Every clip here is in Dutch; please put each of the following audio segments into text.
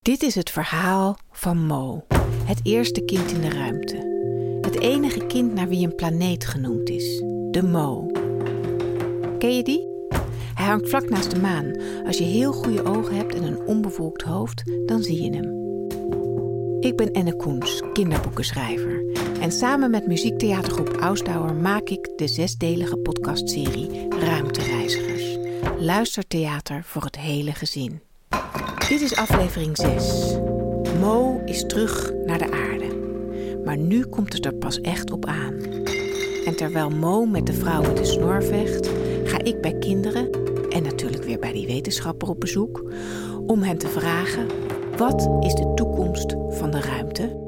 Dit is het verhaal van Mo, het eerste kind in de ruimte. Het enige kind naar wie een planeet genoemd is, de Mo. Ken je die? Hij hangt vlak naast de maan. Als je heel goede ogen hebt en een onbevolkt hoofd, dan zie je hem. Ik ben Enne Koens, kinderboekenschrijver. En samen met muziektheatergroep Ausdauer maak ik de 6-delige podcastserie Ruimtereizigers. Luistertheater voor het hele gezin. Dit is aflevering 6. Mo is terug naar de aarde. Maar nu komt het er pas echt op aan. En terwijl Mo met de vrouw met de snor vecht, ga ik bij kinderen, en natuurlijk weer bij die wetenschapper op bezoek, om hen te vragen: wat is de toekomst van de ruimte?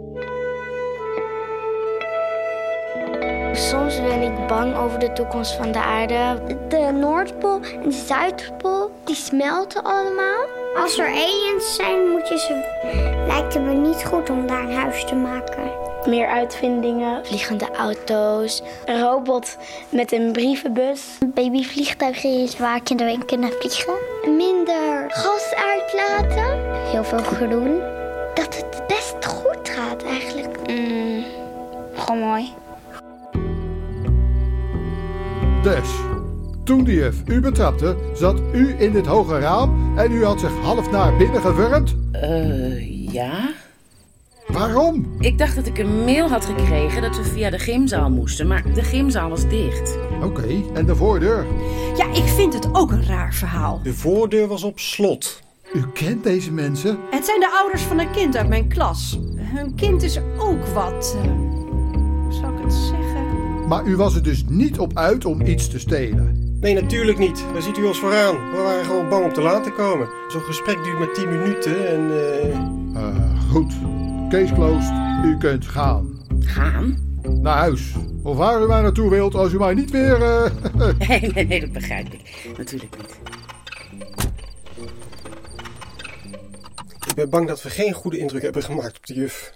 Soms ben ik bang over de toekomst van de aarde. De Noordpool en de Zuidpool, die smelten allemaal. Als er aliens zijn, lijkt het me niet goed om daar een huis te maken. Meer uitvindingen. Vliegende auto's. Een robot met een brievenbus. Een babyvliegtuig is waar kinderen in kunnen vliegen. Minder gas uitlaten. Heel veel groen. Dat het best goed gaat eigenlijk. Gewoon mooi. Dus, toen die juf u betrapte, zat u in dit hoge raam en u had zich half naar binnen gewurmd? Ja? Waarom? Ik dacht dat ik een mail had gekregen dat we via de gymzaal moesten, maar de gymzaal was dicht. Oké, en de voordeur? Ja, ik vind het ook een raar verhaal. De voordeur was op slot. U kent deze mensen? Het zijn de ouders van een kind uit mijn klas. Hun kind is ook wat... hoe zou ik het zeggen? Maar u was er dus niet op uit om iets te stelen? Nee, natuurlijk niet. Waar ziet u ons vooraan? We waren gewoon bang om te laat te komen. Zo'n gesprek duurt maar 10 minuten en... Goed. Case closed. U kunt gaan. Gaan? Naar huis. Of waar u maar naartoe wilt als u maar niet weer... Nee, dat begrijp ik. Natuurlijk niet. Ik ben bang dat we geen goede indruk hebben gemaakt op de juf.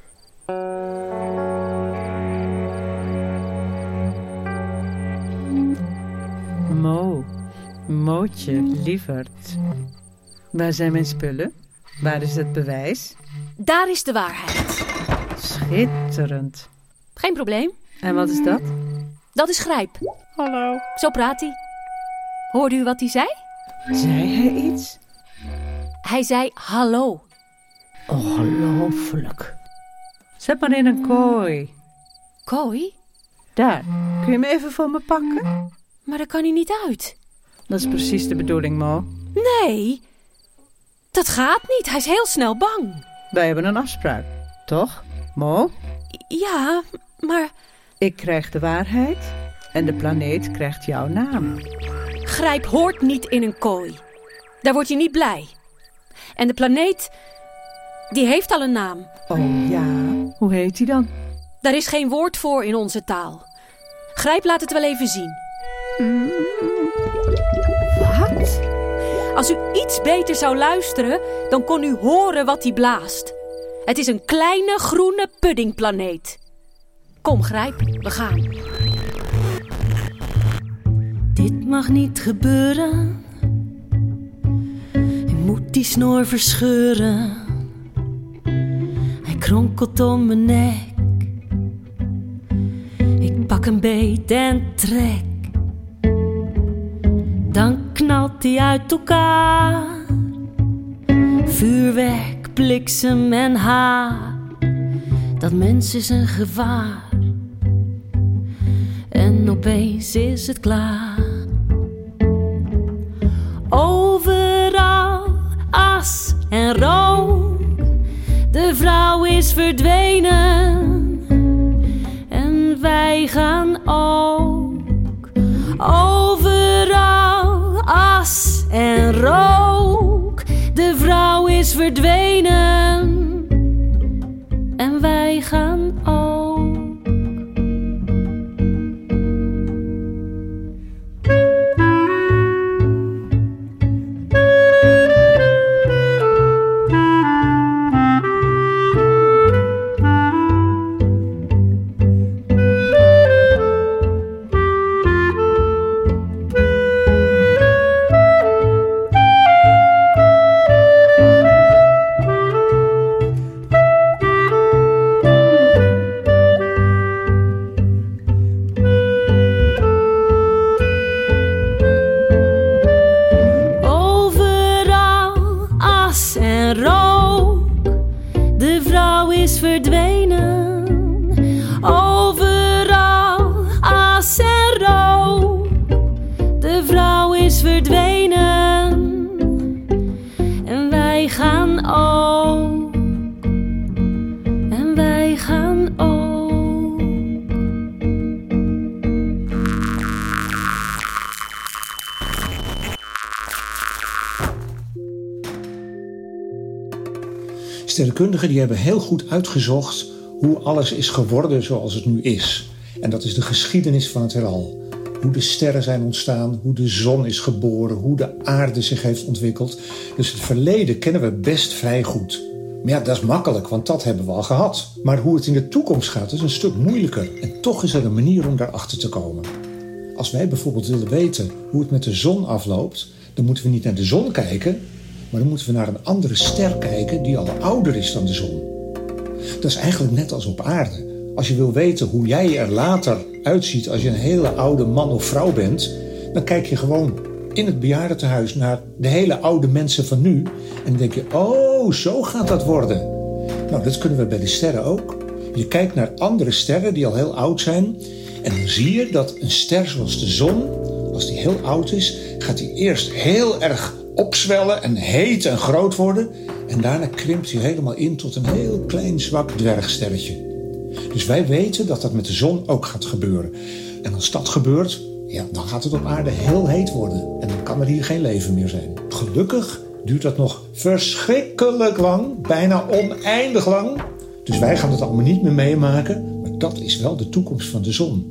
Mootje, lieverd. Waar zijn mijn spullen? Waar is het bewijs? Daar is de waarheid. Schitterend. Geen probleem. En wat is dat? Dat is Grijp. Hallo. Zo praat hij. Hoorde u wat hij zei? Zei hij iets? Hij zei hallo. Ongelooflijk. Zet maar in een kooi. Kooi? Daar, kun je hem even voor me pakken? Maar daar kan hij niet uit. Dat is precies de bedoeling, Mo. Nee, dat gaat niet. Hij is heel snel bang. Wij hebben een afspraak, toch, Mo? Ja, maar... Ik krijg de waarheid en de planeet krijgt jouw naam. Grijp hoort niet in een kooi. Daar word je niet blij. En de planeet, die heeft al een naam. Oh ja, hoe heet die dan? Daar is geen woord voor in onze taal. Grijp laat het wel even zien. Wat? Als u iets beter zou luisteren, dan kon u horen wat hij blaast. Het is een kleine groene puddingplaneet. Kom, Grijp, we gaan. Dit mag niet gebeuren. Ik moet die snor verscheuren. Hij kronkelt om mijn nek. Ik pak een beet en trek. Dan knalt hij uit elkaar. Vuurwerk, bliksem en haar. Dat mens is een gevaar. En opeens is het klaar. Overal as en rook. De vrouw is verdwenen. En wij gaan ook. Overal as en rook. De vrouw is verdwenen. En wij gaan ook. as en rook. De vrouw is verdwenen, overal as en rook. De vrouw is verdwenen en wij gaan ook. En wij gaan ook. Sterrenkundigen die hebben heel goed uitgezocht hoe alles is geworden zoals het nu is. En dat is de geschiedenis van het heelal. Hoe de sterren zijn ontstaan, hoe de zon is geboren, hoe de aarde zich heeft ontwikkeld. Dus het verleden kennen we best vrij goed. Maar ja, dat is makkelijk, want dat hebben we al gehad. Maar hoe het in de toekomst gaat, is een stuk moeilijker. En toch is er een manier om daarachter te komen. Als wij bijvoorbeeld willen weten hoe het met de zon afloopt, dan moeten we niet naar de zon kijken, maar dan moeten we naar een andere ster kijken die al ouder is dan de zon. Dat is eigenlijk net als op aarde. Als je wil weten hoe jij er later uitziet als je een hele oude man of vrouw bent, dan kijk je gewoon in het bejaardentehuis naar de hele oude mensen van nu. En dan denk je, oh, zo gaat dat worden. Nou, dat kunnen we bij de sterren ook. Je kijkt naar andere sterren die al heel oud zijn. En dan zie je dat een ster zoals de zon, als die heel oud is, gaat die eerst heel erg opzwellen en heet en groot worden. En daarna krimpt hij helemaal in tot een heel klein zwak dwergsterretje. Dus wij weten dat dat met de zon ook gaat gebeuren. En als dat gebeurt, ja, dan gaat het op aarde heel heet worden. En dan kan er hier geen leven meer zijn. Gelukkig duurt dat nog verschrikkelijk lang, bijna oneindig lang. Dus wij gaan het allemaal niet meer meemaken. Maar dat is wel de toekomst van de zon.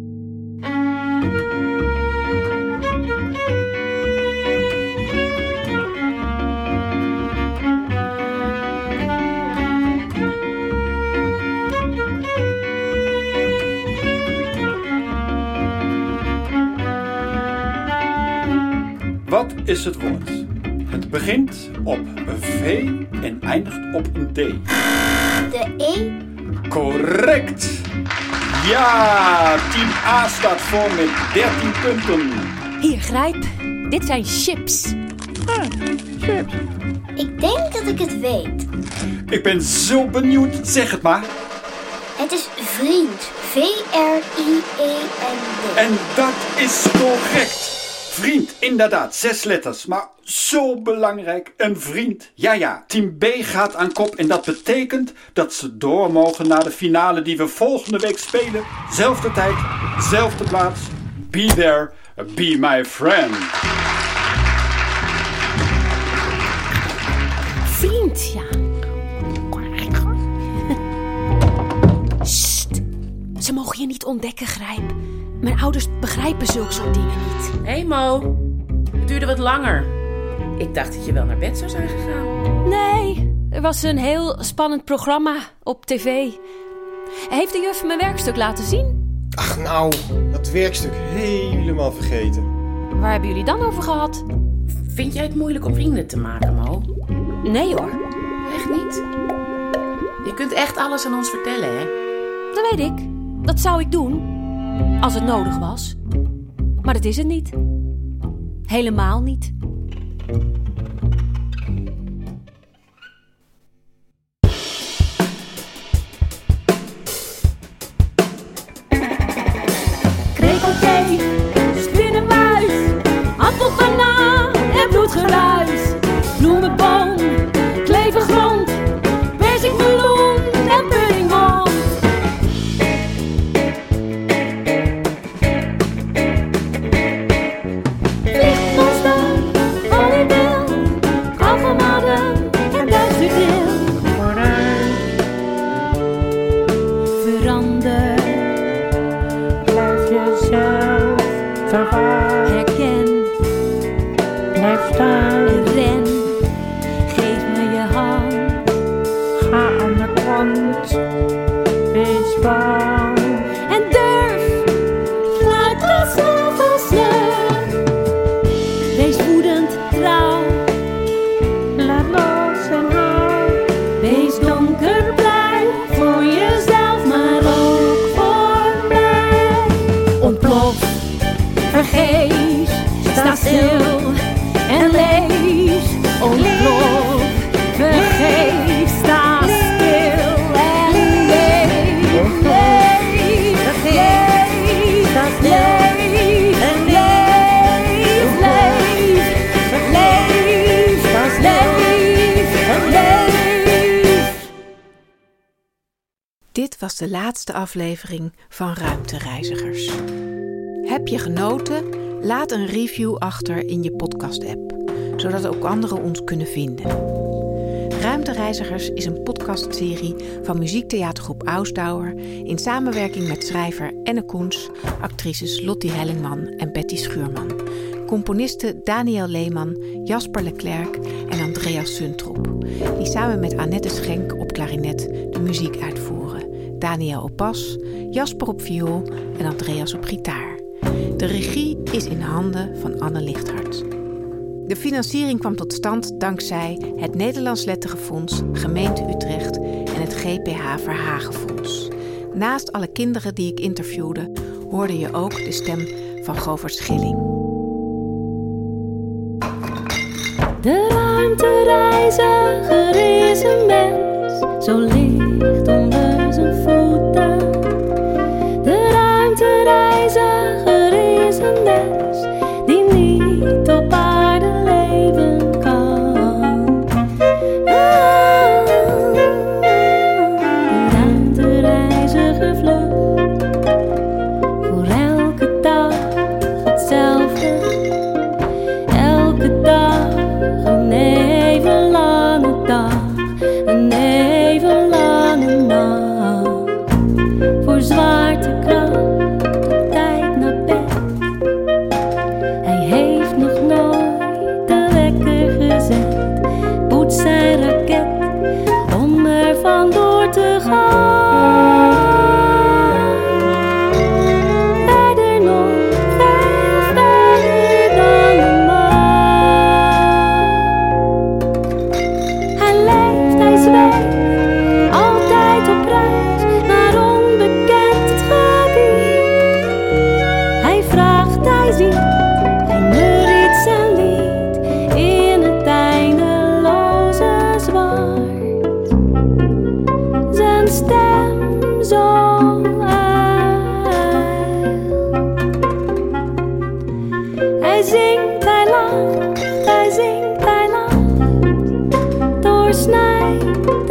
Wat is het woord? Het begint op een V en eindigt op een D. De E? Correct! Ja, team A staat voor met 13 punten. Hier, Grijp. Dit zijn chips. Chips. Ik denk dat ik het weet. Ik ben zo benieuwd. Zeg het maar. Het is vriend. V-R-I-E-N-D. En dat is correct. Vriend, inderdaad, 6 letters, maar zo belangrijk, een vriend. Ja, team B gaat aan kop en dat betekent dat ze door mogen naar de finale die we volgende week spelen. Zelfde tijd, zelfde plaats. Be there, be my friend. Vriend, ja. Sst. Ze mogen je niet ontdekken, Grijp. Mijn ouders begrijpen zulke soort dingen niet. Hé Mo, het duurde wat langer. Ik dacht dat je wel naar bed zou zijn gegaan. Nee, er was een heel spannend programma op tv. Heeft de juf mijn werkstuk laten zien? Ach nou, dat werkstuk helemaal vergeten. Waar hebben jullie dan over gehad? Vind jij het moeilijk om vrienden te maken, Mo? Nee hoor. Echt niet? Je kunt echt alles aan ons vertellen, hè? Dat weet ik. Dat zou ik doen. Als het nodig was. Maar dat is het niet. Helemaal niet. Krekeltje, spinnenmuis, appel, banaan en bloedgeruis. Bloemenboom, klevergrond, perzikmeloen en puddingbol. Vliegmonster, volleybal, kalvermadden en duizendeel. Verander, blijf jezelf verwaar. Herken, blijf staan en ren. Geef me je hand, ga aan de kant. Wees bang en durf, laat de snavels sleur. Wees woedend, trouw, laat los en hou. Wees donker, blij, voor jezelf, maar ook voor mij. Ontplof, vergeet, sta stil en lees. Ontplof, Dit was de laatste aflevering van Ruimtereizigers. Heb je genoten? Laat een review achter in je podcast-app, zodat ook anderen ons kunnen vinden. Ruimtereizigers is een podcastserie van muziektheatergroep Ausdauer in samenwerking met schrijver Enne Koens, actrices Lottie Hellingman en Betty Schuurman, componisten Daniel Leeman, Jasper Leclerc en Andreas Suntrop, die samen met Annette Schenk op klarinet de muziek uitvoeren, Daniel op bas, Jasper op viool en Andreas op gitaar. De regie is in handen van Anne Lichthart. De financiering kwam tot stand dankzij het Nederlands Letterenfonds, Gemeente Utrecht en het GPH Verhagenfonds. Naast alle kinderen die ik interviewde, hoorde je ook de stem van Govert Schilling. De ruimtereiziger is een mens, zo licht onder zijn voeten. De ruimtereiziger is een mens die niet op aarde leven kan. De ruimtereiziger vlucht voor elke dag hetzelfde. Elke dag een even lange dag, een even lange nacht. Voor zwaartekracht op tijd naar bed. Hij heeft nog nooit de wekker gezet. Poetst zijn raket om er vandoor te gaan. Verder nog, veel verder dan een maan. Hij leeft, hij zweeft, altijd op reis naar onbekend gebied. Hij vraagt, hij ziet, hij neuriet zijn lied in het eindeloze zwart. Zijn stem zo ijl. Hij zingt, hij lacht, hij zingt, hij lacht. Doorsnijdt